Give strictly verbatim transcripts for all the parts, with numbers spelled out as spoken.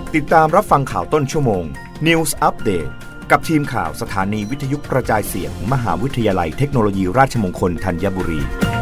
ติดตามรับฟังข่าวต้นชั่วโมง News Update กับทีมข่าวสถานีวิทยุกระจายเสียง มหาวิทยาลัยเทคโนโลยีราชมงคลธัญบุรี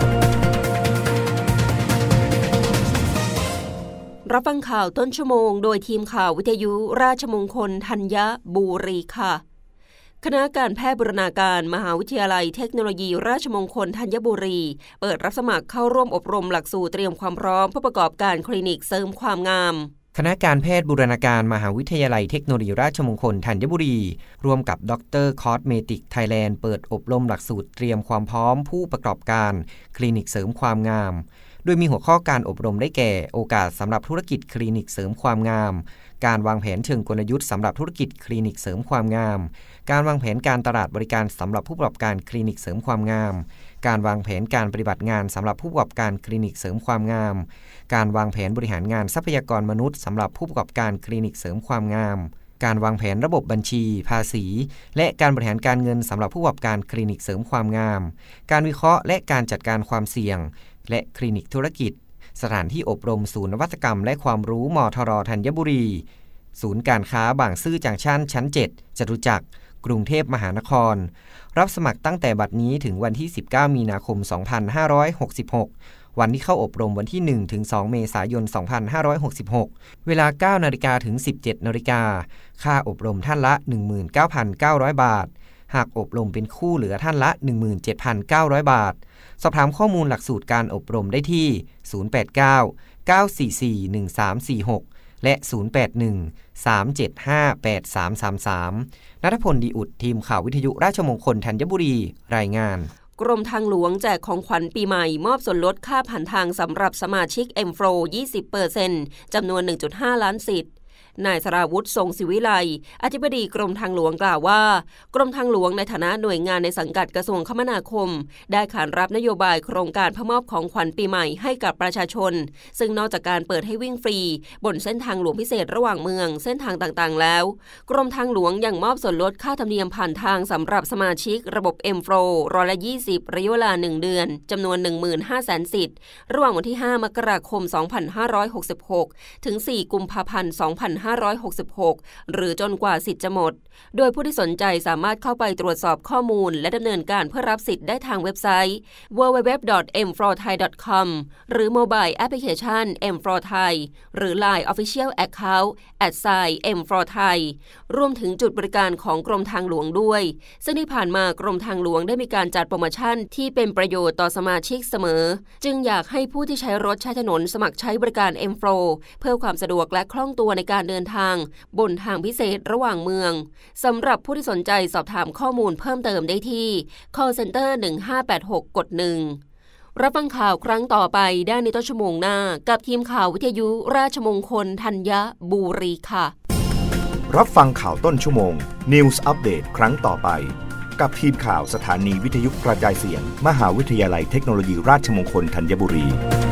รับฟังข่าวต้นชั่วโมงโดยทีมข่าววิทยุราชมงคลธัญบุรีค่ะคณะการแพทย์บูรณาการมหาวิทยาลัยเทคโนโลยีราชมงคลธัญบุรีเปิดรับสมัครเข้าร่วมอบรมหลักสูตรเตรียมความพร้อมผู้ประกอบการคลินิกเสริมความงามคณะการแพทย์บูรณาการมหาวิทยาลัยเทคโนโลยีราชมงคลธัญบุรีร่วมกับดรคอสเมติกไทยแลนด์เปิดอบรมหลักสูตรเตรียมความพร้อมผู้ประกอบการคลินิกเสริมความงามโดยมีหัวข้อการอบรมได้แก่โอกาสสำหรับธุรกิจคลินิกเสริมความงามการวางแผนเชิงกลยุทธ์สำหรับธุรกิจคลินิกเสริมความงามการวางแผนการตลาดบริการสำหรับผู้ประกอบการคลินิกเสริมความงามการวางแผนการปฏิบัติงานสำหรับผู้ประกอบการคลินิกเสริมความงามการวางแผนบริหารงานทรัพยากรมนุษย์สำหรับผู้ประกอบการคลินิกเสริมความงามการวางแผนระบบบัญชีภาษีและการบริหารการเงินสำหรับผู้ประกอบการคลินิกเสริมความงามการวิเคราะห์และการจัดการความเสี่ยงและคลินิกธุรกิจสถานที่อบรมศูนย์นวัตกรรมและความรู้มทรธัญบุรีศูนย์การค้าบางซื่อจังชั่นชั้นเจ็ดจตุจักรกรุงเทพมหานครรับสมัครตั้งแต่บัดนี้ถึงวันที่สิบเก้ามีนาคมสองพันห้าร้อยหกสิบหกวันที่เข้าอบรมวันที่หนึ่งถึงสองเมษายนสองพันห้าร้อยหกสิบหกเวลา เก้านาฬิกา ถึง สิบเจ็ดนาฬิกาค่าอบรมท่านละ หนึ่งหมื่นเก้าพันเก้าร้อย บาทหากอบรมเป็นคู่เหลือท่านละ หนึ่งหมื่นเจ็ดพันเก้าร้อย บาทสอบถามข้อมูลหลักสูตรการอบรมได้ที่ศูนย์ แปด เก้า เก้า สี่ สี่ หนึ่ง สาม สี่ หกและศูนย์ แปด หนึ่ง สาม เจ็ด ห้า แปด สาม สาม สามณัฐพลดีอุดทีมข่าววิทยุราชมงคลธัญบุรีรายงานกรมทางหลวงแจกของขวัญปีใหม่มอบส่วนลดค่าผ่านทางสำหรับสมาชิก เอ็ม โฟร์ ยี่สิบเปอร์เซ็นต์ จำนวน หนึ่งจุดห้า ล้านสิทธิ์นายสราวุฒิทรงศิวิไลอธิบดีกรมทางหลวงกล่าวว่ากรมทางหลวงในฐานะหน่วยงานในสังกัดกระทรวงคมนาคมได้ขานรับนโยบายโครงการเพื่อมอบของขวัญปีใหม่ให้กับประชาชนซึ่งนอกจากการเปิดให้วิ่งฟรีบนเส้นทางหลวงพิเศษระหว่างเมืองเส้นทางต่างๆแล้วกรมทางหลวงยังมอบส่วนลดค่าธรรมเนียมผ่านทางสำหรับสมาชิกระบบ เอ็ม โฟร์ ร้อยละยี่สิบระยะเวลาหนึ่งเดือนจำนวน หนึ่งหมื่นห้าแสน สิทธิ์ระหว่างวันที่ห้ามกราคมสองพันห้าร้อยหกสิบหกถึงสี่กุมภาพันธ์สองพันห้าร้อยหกสิบหกหรือจนกว่าสิทธิ์จะหมดโดยผู้ที่สนใจสามารถเข้าไปตรวจสอบข้อมูลและดำเนินการเพื่อรับสิทธิ์ได้ทางเว็บไซต์ ดับเบิลยู ดับเบิลยู ดับเบิลยู ดอท เอ็ม โฟร์ ไทย ดอท คอม หรือโมบายแอปพลิเคชัน เอ็ม โฟร์ Thai หรือ ไลน์ Official Account แอท ไซน์ เอ็ม โฟร์ Thai รวมถึงจุดบริการของกรมทางหลวงด้วยซึ่งที่ผ่านมากรมทางหลวงได้มีการจัดโปรโมชั่นที่เป็นประโยชน์ต่อสมาชิกเสมอจึงอยากให้ผู้ที่ใช้รถใช้ถนนสมัครใช้บริการ เอ็ม โฟร์ เพื่อความสะดวกและคล่องตัวในการเดินทางบนทางพิเศษระหว่างเมืองสำหรับผู้ที่สนใจสอบถามข้อมูลเพิ่มเติมได้ที่ call center หนึ่งห้าแปดหกกดหนึ่งรับฟังข่าวครั้งต่อไปได้ในต้นชั่วโมงหน้ากับทีมข่าววิทยุราชมงคลธัญบุรีค่ะรับฟังข่าวต้นชั่วโมง News Update ครั้งต่อไปกับทีมข่าวสถานีวิทยุกระจายเสียงมหาวิทยาลัยเทคโนโลยีราชมงคลธัญบุรี